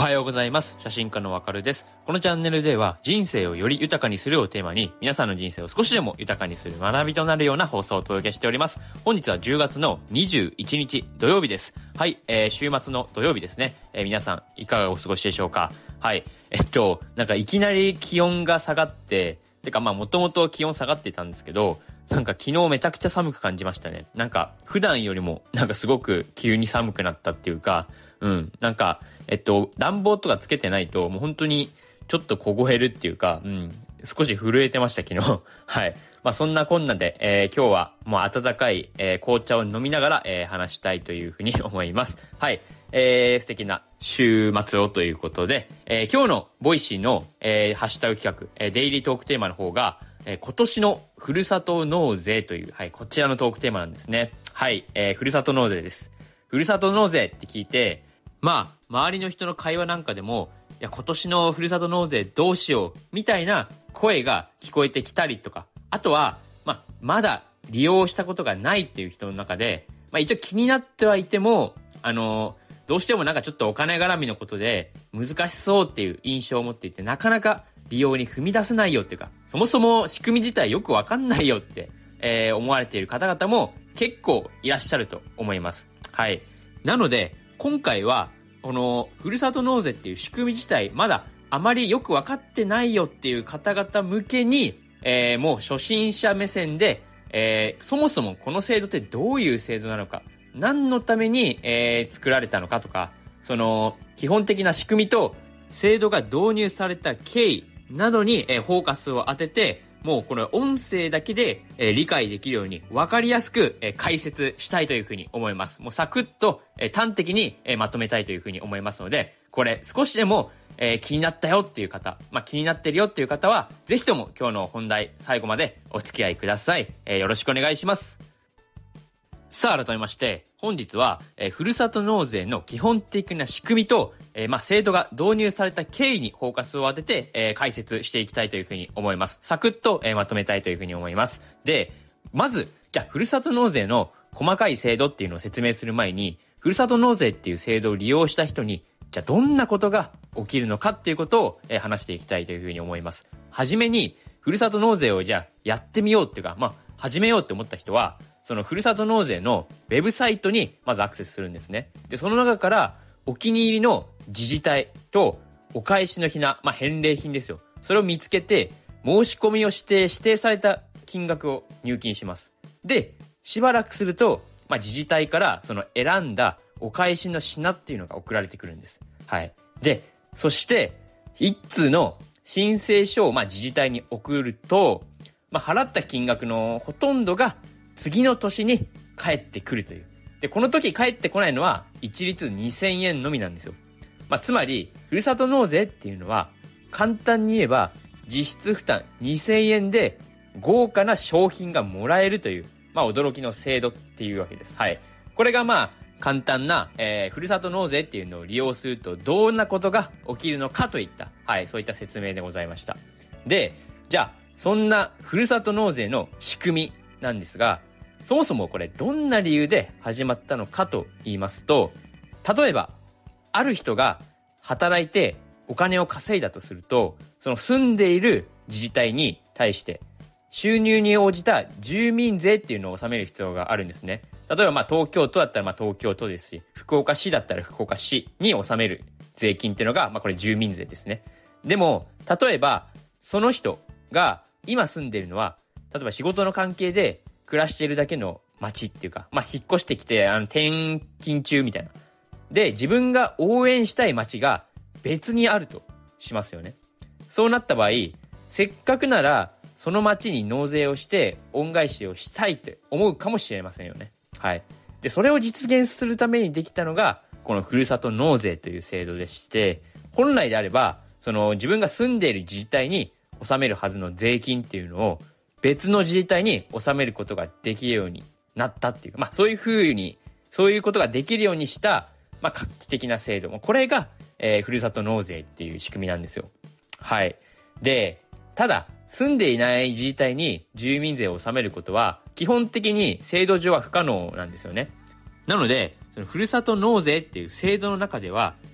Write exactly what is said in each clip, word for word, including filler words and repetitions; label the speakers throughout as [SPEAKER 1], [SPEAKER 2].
[SPEAKER 1] はようございます。写真家のわかるです。このチャンネルでは人生をより豊かにするをテーマに皆さんの人生を少しでも豊かにする学びとなるような放送をお届けしております。本日はじゅうがつのにじゅういちにち土曜日です。はい、えー、週末の土曜日ですね。えー、皆さんいかがお過ごしでしょうか。はい、えっと、なんかいきなり気温が下がって、てかまあもともと気温下がってたんですけど、なんか昨日めちゃくちゃ寒く感じましたね。なんか普段よりもなんかすごく急に寒くなったっていうか、うん、なんか、えっと、暖房とかつけてないともう本当にちょっと凍えるっていうか、うん、少し震えてました昨日。はい。まあそんなこんなで、えー、今日はもう温かい、えー、紅茶を飲みながら、えー、話したいというふうに思います。はい。えー、素敵な週末をということで、えー、今日のボイシーの、えー、ハッシュタグ企画、えー、デイリートークテーマの方が、えー、今年のふるさと納税という、はい、こちらのトークテーマなんですね。はい、えー、ふるさと納税です。ふるさと納税って聞いて、まあ、周りの人の会話なんかでも、いや、今年のふるさと納税どうしよう、みたいな声が聞こえてきたりとか、あとは、まあ、まだ利用したことがないっていう人の中で、まあ一応気になってはいても、あのー、どうしてもなんかちょっとお金絡みのことで難しそうっていう印象を持っていて、なかなか利用に踏み出せないよっていうか、そもそも仕組み自体よくわかんないよって、えー、思われている方々も結構いらっしゃると思います。はい。なので、今回は、この、ふるさと納税っていう仕組み自体、まだあまりよくわかってないよっていう方々向けに、えー、もう初心者目線で、えー、そもそもこの制度ってどういう制度なのか、何のために、えー、作られたのかとか、その、基本的な仕組みと、制度が導入された経緯などに、えー、フォーカスを当てて、もうこの音声だけで、えー、理解できるように分かりやすく、えー、解説したいというふうに思います。もうサクッと、えー、端的に、えー、まとめたいというふうに思いますので、これ少しでも、えー、気になったよっていう方、まあ、気になってるよっていう方は、ぜひとも今日の本題最後までお付き合いください。えー、よろしくお願いします。さあ改めまして、本日は、えー、ふるさと納税の基本的な仕組みと、えー、まあ、制度が導入された経緯にフォーカスを当てて、えー、解説していきたいというふうに思います。サクッと、えー、まとめたいというふうに思います。で、まず、じゃあ、ふるさと納税の細かい制度っていうのを説明する前に、ふるさと納税っていう制度を利用した人に、じゃあ、どんなことが起きるのかっていうことを、えー、話していきたいというふうに思います。はじめに、ふるさと納税をじゃあ、やってみようっていうか、まあ、始めようって思った人は、そのふるさと納税のウェブサイトにまずアクセスするんですね。で、その中からお気に入りの自治体とお返しの品、まあ、返礼品ですよ。それを見つけて申し込みをして指定された金額を入金します。で、しばらくすると、まあ、自治体からその選んだお返しの品っていうのが送られてくるんです。はい。で、そして一通の申請書をまあ自治体に送ると、まあ、払った金額のほとんどが次の年に帰ってくるという。で、この時帰ってこないのは一律にせんえんのみなんですよ。まあ、つまり、ふるさと納税っていうのは、簡単に言えば、実質負担にせんえんで豪華な商品がもらえるという、まあ、驚きの制度っていうわけです。はい。これがまあ、簡単な、えー、ふるさと納税っていうのを利用すると、どんなことが起きるのかといった、はい、そういった説明でございました。で、じゃあ、そんなふるさと納税の仕組みなんですが、そもそもこれどんな理由で始まったのかと言いますと、例えばある人が働いてお金を稼いだとすると、その住んでいる自治体に対して収入に応じた住民税っていうのを納める必要があるんですね。例えばまあ東京都だったらまあ東京都ですし、福岡市だったら福岡市に納める税金っていうのがまあこれ住民税ですね。でも例えばその人が今住んでいるのは、例えば仕事の関係で暮らしているだけの町っていうか、まあ、引っ越してきて、あの、転勤中みたいな。で、自分が応援したい町が別にあるとしますよね。そうなった場合、せっかくなら、その町に納税をして恩返しをしたいって思うかもしれませんよね。はい。で、それを実現するためにできたのが、このふるさと納税という制度でして、本来であれば、その自分が住んでいる自治体に納めるはずの税金っていうのを、別の自治体に納めることができるようになったっていうか、まあそういう風に、そういうことができるようにした、まあ画期的な制度も、これが、えー、ふるさと納税っていう仕組みなんですよ。はい。で、ただ、住んでいない自治体に住民税を納めることは、基本的に制度上は不可能なんですよね。なので、そのふるさと納税っていう制度の中では、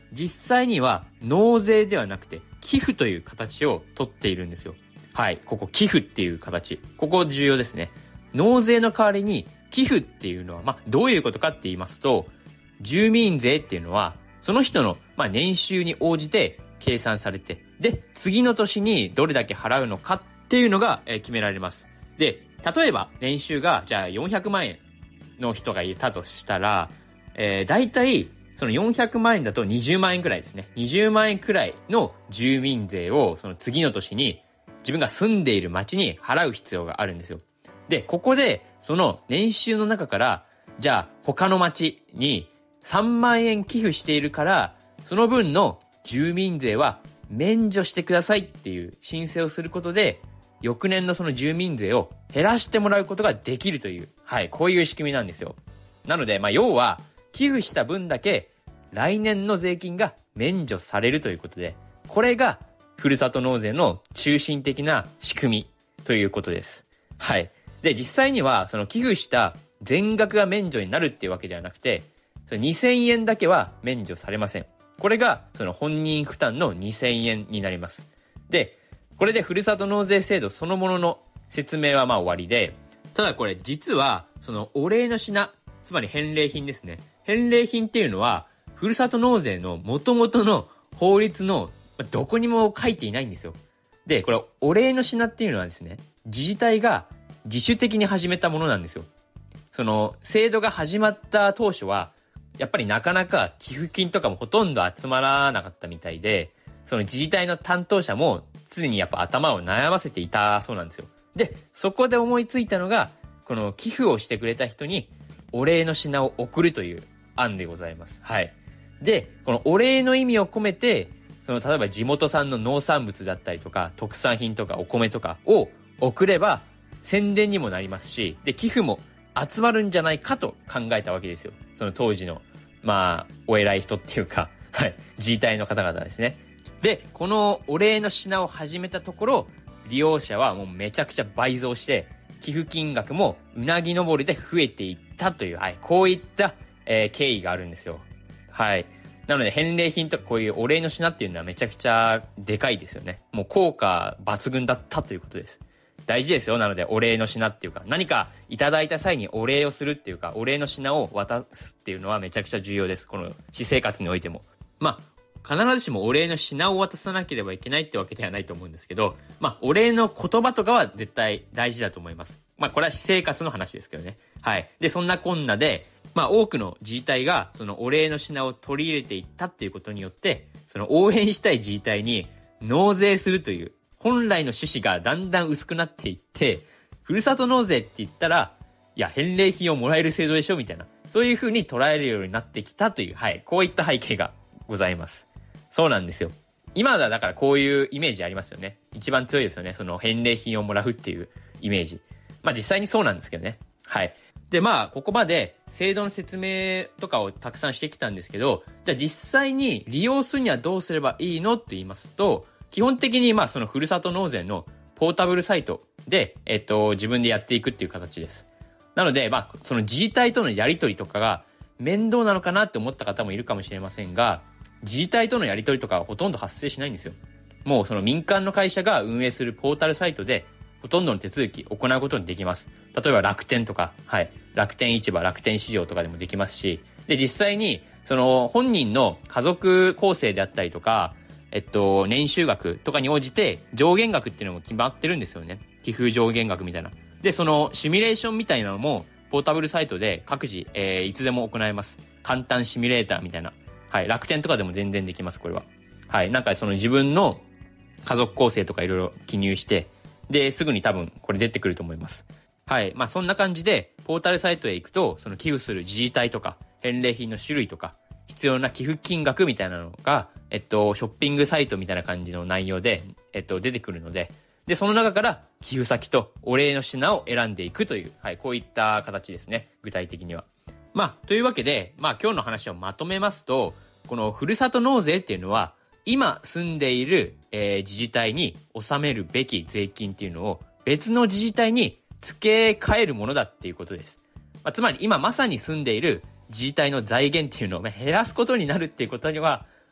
[SPEAKER 1] 実際には納税ではなくて寄付という形をとっているんですよ。はい、ここ寄付っていう形。ここ重要ですね。納税の代わりに寄付っていうのは、まあ、どういうことかって言いますと、住民税っていうのは、その人の、まあ、年収に応じて計算されて、で、次の年にどれだけ払うのかっていうのが、えー、決められます。で、例えば年収が、じゃあよんひゃくまんえんの人がいたとしたら、えー、大体、そのよんひゃくまんえんだとにじゅうまんえんくらいですね。にじゅうまんえんくらいの住民税を、その次の年に、自分が住んでいる町に払う必要があるんですよ。で、ここで、その年収の中から、じゃあ他の町にさんまんえん寄付しているから、その分の住民税は免除してくださいっていう申請をすることで、翌年のその住民税を減らしてもらうことができるという、はい、こういう仕組みなんですよ。なので、まあ、要は、寄付した分だけ来年の税金が免除されるということで、これがふるさと納税の中心的な仕組みということです。はい。で、実際には、その寄付した全額が免除になるっていうわけではなくて、そのにせんえんだけは免除されません。これが、その本人負担のにせんえんになります。で、これでふるさと納税制度そのものの説明はまあ終わりで、ただこれ実は、そのお礼の品、つまり返礼品ですね。返礼品っていうのは、ふるさと納税の元々の法律のどこにも書いていないんですよ。で、これお礼の品っていうのはですね、自治体が自主的に始めたものなんですよ。その制度が始まった当初はやっぱりなかなか寄付金とかもほとんど集まらなかったみたいで、その自治体の担当者も常にやっぱ頭を悩ませていたそうなんですよ。で、そこで思いついたのが、この寄付をしてくれた人にお礼の品を送るという案でございます。はい。で、このお礼の意味を込めて、その例えば地元産の農産物だったりとか特産品とかお米とかを送れば宣伝にもなりますし、で寄付も集まるんじゃないかと考えたわけですよ。その当時のまあお偉い人っていうか、はい、自治体の方々ですね。で、このお礼の品を始めたところ、利用者はもうめちゃくちゃ倍増して、寄付金額もうなぎ登りで増えていったという、はい、こういった、えー、経緯があるんですよ。はい。なので返礼品とかこういうお礼の品っていうのはめちゃくちゃでかいですよね。もう効果抜群だったということです。大事ですよ。なのでお礼の品っていうか、何かいただいた際にお礼をするっていうか、お礼の品を渡すっていうのはめちゃくちゃ重要です。この私生活においても。まあ、必ずしもお礼の品を渡さなければいけないってわけではないと思うんですけど、まあ、お礼の言葉とかは絶対大事だと思います。まあ、これは私生活の話ですけどね。はい。で、そんなこんなで、まあ、多くの自治体がそのお礼の品を取り入れていったっていうことによって、その応援したい自治体に納税するという本来の趣旨がだんだん薄くなっていって、ふるさと納税って言ったら、いや、返礼品をもらえる制度でしょみたいな、そういう風に捉えるようになってきたという、はい、こういった背景がございます。そうなんですよ。今はだからこういうイメージありますよね。一番強いですよね。その返礼品をもらうっていうイメージ。まあ実際にそうなんですけどね。はい。で、まあ、ここまで制度の説明とかをたくさんしてきたんですけど、じゃあ実際に利用するにはどうすればいいのって言いますと、基本的にまあそのふるさと納税のポータブルサイトで、えっと、自分でやっていくっていう形です。なので、まあ、その自治体とのやり取りとかが面倒なのかなって思った方もいるかもしれませんが、自治体とのやり取りとかはほとんど発生しないんですよ。もうその民間の会社が運営するポータルサイトでほとんどの手続き行うことにできます。例えば楽天とか、はい、楽天市場、楽天市場とかでもできますし、で、実際にその本人の家族構成であったりとか、えっと、年収額とかに応じて上限額っていうのも決まってるんですよね。寄付上限額みたいな。で、そのシミュレーションみたいなのもポータブルサイトで各自、えー、いつでも行えます。簡単シミュレーターみたいな。はい、楽天とかでも全然できます、これは。はい、なんかその自分の家族構成とかいろいろ記入して、で、すぐに多分これ出てくると思います。はい、まあそんな感じで、ポータルサイトへ行くと、その寄付する自治体とか、返礼品の種類とか、必要な寄付金額みたいなのが、えっと、ショッピングサイトみたいな感じの内容で、えっと、出てくるので、で、その中から寄付先とお礼の品を選んでいくという、はい、こういった形ですね、具体的には。まあ、というわけで、まあ今日の話をまとめますと、このふるさと納税っていうのは、今住んでいる、えー、自治体に納めるべき税金っていうのを別の自治体に付け替えるものだっていうことです。まあ、つまり今まさに住んでいる自治体の財源っていうのを減らすことになるっていうことには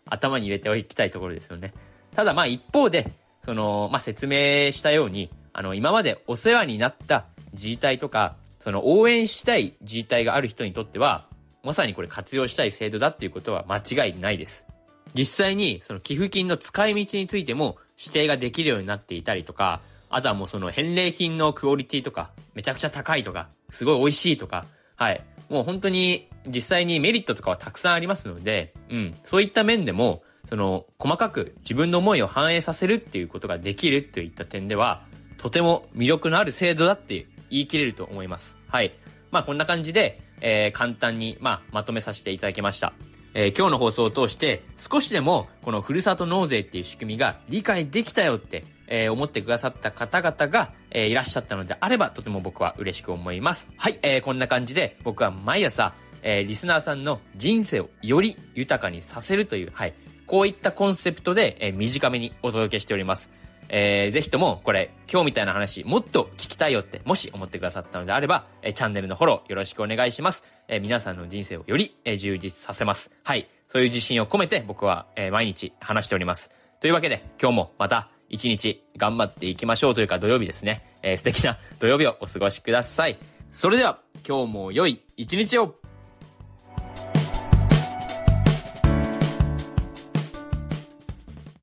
[SPEAKER 1] 頭に入れておきたいところですよね。ただまあ一方で、その、まあ説明したように、あの、今までお世話になった自治体とか、その応援したい自治体がある人にとっては、まさにこれ活用したい制度だっていうことは間違いないです。実際にその寄付金の使い道についても指定ができるようになっていたりとか、あとはもうその返礼品のクオリティとか、めちゃくちゃ高いとか、すごい美味しいとか、はい。もう本当に実際にメリットとかはたくさんありますので、うん。そういった面でも、その細かく自分の思いを反映させるっていうことができるといった点では、とても魅力のある制度だって言い切れると思います。はい。まあこんな感じで、えー、簡単に、まあ、まとめさせていただきました。えー、今日の放送を通して少しでもこのふるさと納税っていう仕組みが理解できたよって、えー、思ってくださった方々が、えー、いらっしゃったのであればとても僕は嬉しく思います。はい、えー、こんな感じで僕は毎朝、えー、リスナーさんの人生をより豊かにさせるという、はい、こういったコンセプトで、えー、短めにお届けしております。えー、ぜひともこれ今日みたいな話もっと聞きたいよってもし思ってくださったのであれば、えー、チャンネルのフォローよろしくお願いします。えー、皆さんの人生をより、えー、充実させます。はい、そういう自信を込めて僕は、えー、毎日話しております。というわけで今日もまた一日頑張っていきましょうというか土曜日ですね、えー、素敵な土曜日をお過ごしください。それでは今日も良い一日を。